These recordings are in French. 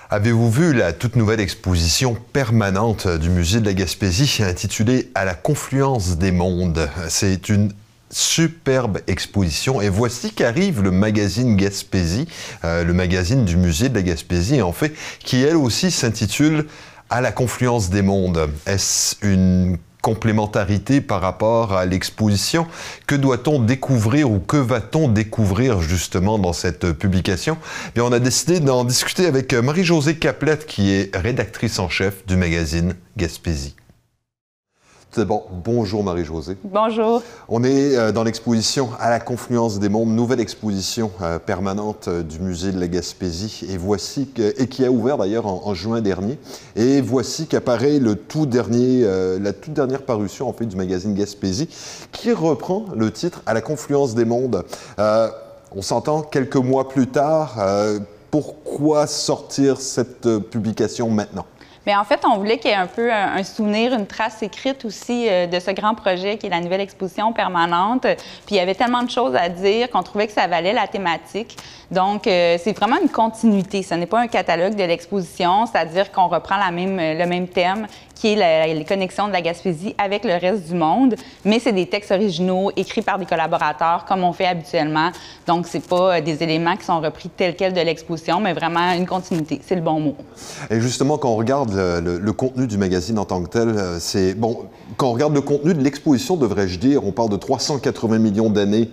Avez-vous vu la toute nouvelle exposition permanente du Musée de la Gaspésie intitulée « À la confluence des mondes ». C'est une superbe exposition et voici qu'arrive le magazine Gaspésie, le magazine du Musée de la Gaspésie en fait, qui elle aussi s'intitule « À la confluence des mondes ». Est-ce une complémentarité par rapport à l'exposition? Que doit-on découvrir ou que va-t-on découvrir justement dans cette publication? Bien, on a décidé d'en discuter avec Marie-Josée Caplette qui est rédactrice en chef du magazine Gaspésie. Tout d'abord, bonjour Marie-Josée. Bonjour. On est dans l'exposition À la confluence des mondes, nouvelle exposition permanente du Musée de la Gaspésie. Et voici et qui a ouvert d'ailleurs en juin dernier. Et voici qu'apparaît la toute dernière parution en fait du magazine Gaspésie, qui reprend le titre À la confluence des mondes. On s'entend quelques mois plus tard. Pourquoi sortir cette publication maintenant? Mais en fait, on voulait qu'il y ait un peu un souvenir, une trace écrite aussi de ce grand projet qui est la nouvelle exposition permanente. Puis il y avait tellement de choses à dire qu'on trouvait que ça valait la thématique. Donc, c'est vraiment une continuité. Ce n'est pas un catalogue de l'exposition, c'est-à-dire qu'on reprend le même thème qui est les connexions de la Gaspésie avec le reste du monde, mais c'est des textes originaux écrits par des collaborateurs comme on fait habituellement. Donc, c'est pas des éléments qui sont repris tels quels de l'exposition, mais vraiment une continuité. C'est le bon mot. Et justement, quand on regarde le contenu du magazine en tant que tel, c'est bon. Quand on regarde le contenu de l'exposition, devrais-je dire, on parle de 380 millions d'années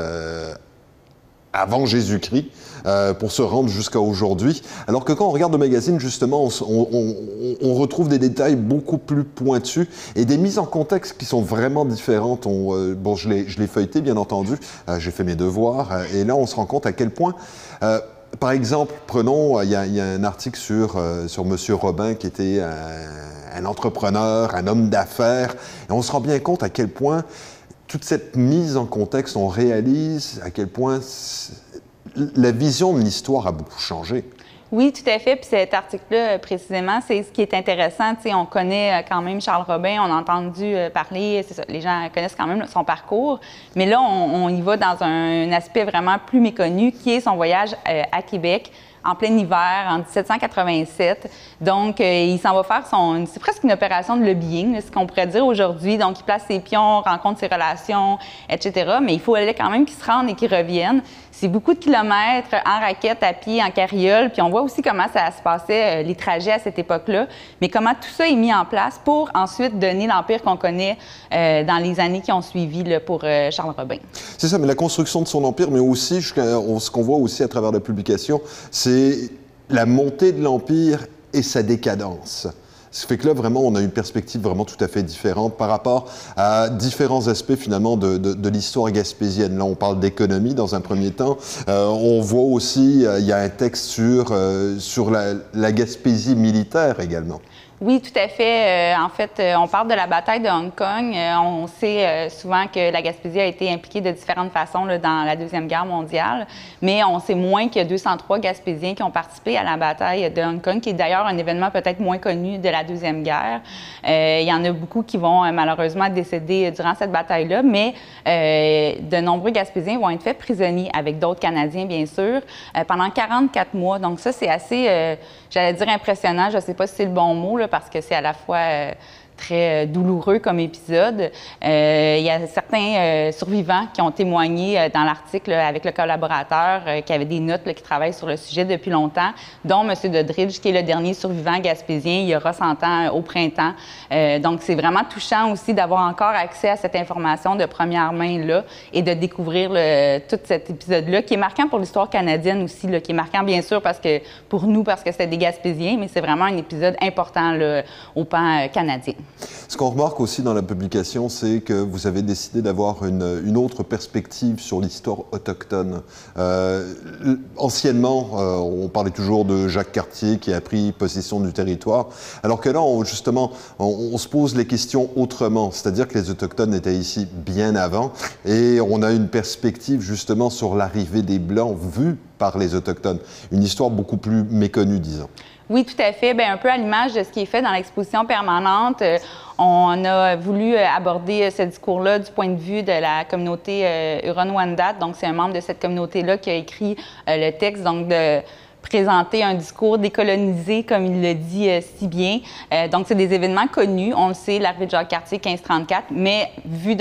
avant Jésus-Christ, pour se rendre jusqu'à aujourd'hui. Alors que quand on regarde le magazine, justement, on retrouve des détails beaucoup plus pointus et des mises en contexte qui sont vraiment différentes. Bon, je l'ai feuilleté, bien entendu, j'ai fait mes devoirs, et là, on se rend compte à quel point... par exemple, prenons, il y a un article sur M. Robin qui était un entrepreneur, un homme d'affaires, et on se rend bien compte à quel point toute cette mise en contexte, on réalise à quel point la vision de l'histoire a beaucoup changé. Oui, tout à fait. Puis cet article-là, précisément, c'est ce qui est intéressant. Tu sais, on connaît quand même Charles Robin, on a entendu parler, c'est ça, les gens connaissent quand même son parcours. Mais là, on y va dans un aspect vraiment plus méconnu, qui est son voyage à Québec en plein hiver, en 1787. Donc, il s'en va faire c'est presque une opération de lobbying, ce qu'on pourrait dire aujourd'hui. Donc, il place ses pions, rencontre ses relations, etc. Mais il faut aller quand même qu'il se rende et qu'il revienne. C'est beaucoup de kilomètres en raquette, à pied, en carriole. Puis on voit aussi comment ça se passait, les trajets à cette époque-là. Mais comment tout ça est mis en place pour ensuite donner l'empire qu'on connaît dans les années qui ont suivi là, pour Charles Robin. C'est ça, mais la construction de son empire, mais aussi, ce qu'on voit aussi à travers la publication, c'est la montée de l'empire et sa décadence. Ce qui fait que là, vraiment, on a une perspective vraiment tout à fait différente par rapport à différents aspects, finalement, de l'histoire gaspésienne. Là, on parle d'économie dans un premier temps. On voit aussi, il y a un texte sur la Gaspésie militaire également. Oui, tout à fait. En fait, on parle de la bataille de Hong Kong. On sait souvent que la Gaspésie a été impliquée de différentes façons là, dans la Deuxième Guerre mondiale, mais on sait moins qu'il y a 203 Gaspésiens qui ont participé à la bataille de Hong Kong, qui est d'ailleurs un événement peut-être moins connu de la Deuxième Guerre. Il y en a beaucoup qui vont malheureusement décéder durant cette bataille-là, mais de nombreux Gaspésiens vont être faits prisonniers, avec d'autres Canadiens, bien sûr, pendant 44 mois. Donc ça, c'est assez, j'allais dire impressionnant, je ne sais pas si c'est le bon mot, là, parce que c'est à la fois très douloureux comme épisode. Il y a certains survivants qui ont témoigné dans l'article avec le collaborateur qui avait des notes là, qui travaillent sur le sujet depuis longtemps, dont M. Doddridge, qui est le dernier survivant gaspésien. Il y aura 100 ans au printemps. Donc, c'est vraiment touchant aussi d'avoir encore accès à cette information de première main-là et de découvrir tout cet épisode-là, qui est marquant pour l'histoire canadienne aussi, là, qui est marquant bien sûr pour nous, parce que c'était des Gaspésiens, mais c'est vraiment un épisode important là, au pan canadien. Ce qu'on remarque aussi dans la publication, c'est que vous avez décidé d'avoir une autre perspective sur l'histoire autochtone. Anciennement, on parlait toujours de Jacques Cartier qui a pris possession du territoire, alors que là, justement, on se pose les questions autrement, c'est-à-dire que les Autochtones étaient ici bien avant, et on a une perspective justement sur l'arrivée des Blancs vue par les Autochtones. Une histoire beaucoup plus méconnue, disons. Oui, tout à fait. Bien, un peu à l'image de ce qui est fait dans l'exposition permanente, on a voulu aborder ce discours-là du point de vue de la communauté Huron-Wendat. Donc, c'est un membre de cette communauté-là qui a écrit le texte, donc présenter un discours décolonisé, comme il le dit si bien. Donc, c'est des événements connus. On le sait, l'arrivée de Jacques-Cartier 1534, mais vu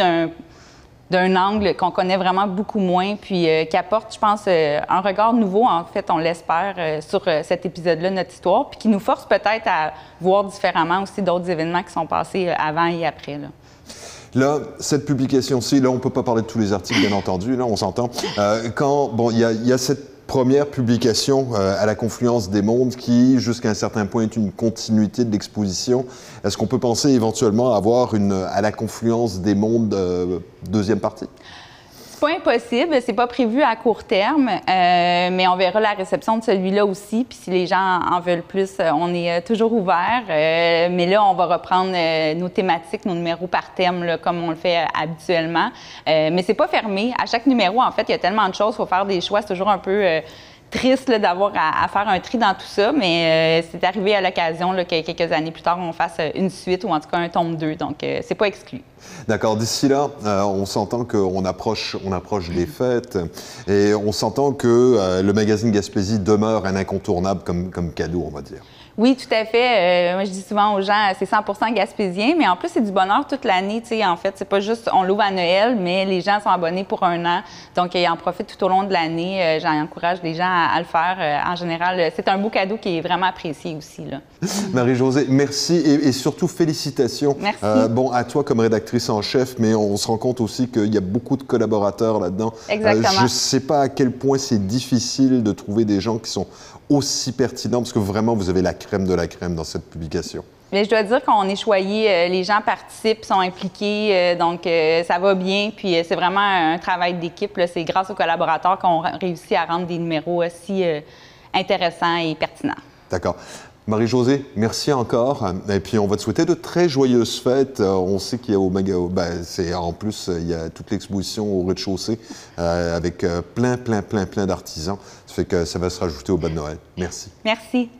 d'un angle qu'on connaît vraiment beaucoup moins, puis qui apporte, je pense, un regard nouveau, en fait, on l'espère, sur cet épisode-là de notre histoire, puis qui nous force peut-être à voir différemment aussi d'autres événements qui sont passés avant et après, là. Là, cette publication-ci, là, on ne peut pas parler de tous les articles, bien entendu, là, on s'entend. Bon, il y a cette première publication à la confluence des mondes qui, jusqu'à un certain point, est une continuité de l'exposition. Est-ce qu'on peut penser éventuellement avoir à la confluence des mondes deuxième partie? C'est pas impossible, c'est pas prévu à court terme, mais on verra la réception de celui-là aussi. Puis si les gens en veulent plus, on est toujours ouvert. Mais là, on va reprendre nos thématiques, nos numéros par thème, là, comme on le fait habituellement. Mais c'est pas fermé. À chaque numéro, en fait, il y a tellement de choses, il faut faire des choix. C'est toujours un peu triste là, d'avoir à faire un tri dans tout ça, mais c'est arrivé à l'occasion que quelques années plus tard, on fasse une suite ou en tout cas un tome 2. Donc, c'est pas exclu. D'accord. D'ici là, on s'entend qu'on approche des fêtes et on s'entend que le magazine Gaspésie demeure un incontournable comme cadeau, on va dire. Oui, tout à fait. Moi, je dis souvent aux gens, c'est 100% gaspésien, mais en plus, c'est du bonheur toute l'année. En fait, c'est pas juste, on l'ouvre à Noël, mais les gens sont abonnés pour un an. Donc, ils en profitent tout au long de l'année. J'encourage les gens à le faire. En général, c'est un beau cadeau qui est vraiment apprécié aussi, là. Marie-Josée, merci et surtout félicitations. Merci. Bon, à toi comme rédactrice en chef, mais on se rend compte aussi qu'il y a beaucoup de collaborateurs là-dedans. Exactement. Je ne sais pas à quel point c'est difficile de trouver des gens qui sont aussi pertinents, parce que vraiment, vous avez la crème de la crème dans cette publication. Mais je dois dire qu'on est choyés, les gens participent, sont impliqués, donc ça va bien. Puis c'est vraiment un travail d'équipe. C'est grâce aux collaborateurs qu'on réussit à rendre des numéros aussi intéressants et pertinents. D'accord. Marie-Josée, merci encore. Et puis, on va te souhaiter de très joyeuses fêtes. On sait qu'il y a en plus, il y a toute l'exposition au rez-de-chaussée avec plein d'artisans. Ça fait que ça va se rajouter au bas de Noël. Merci. Merci.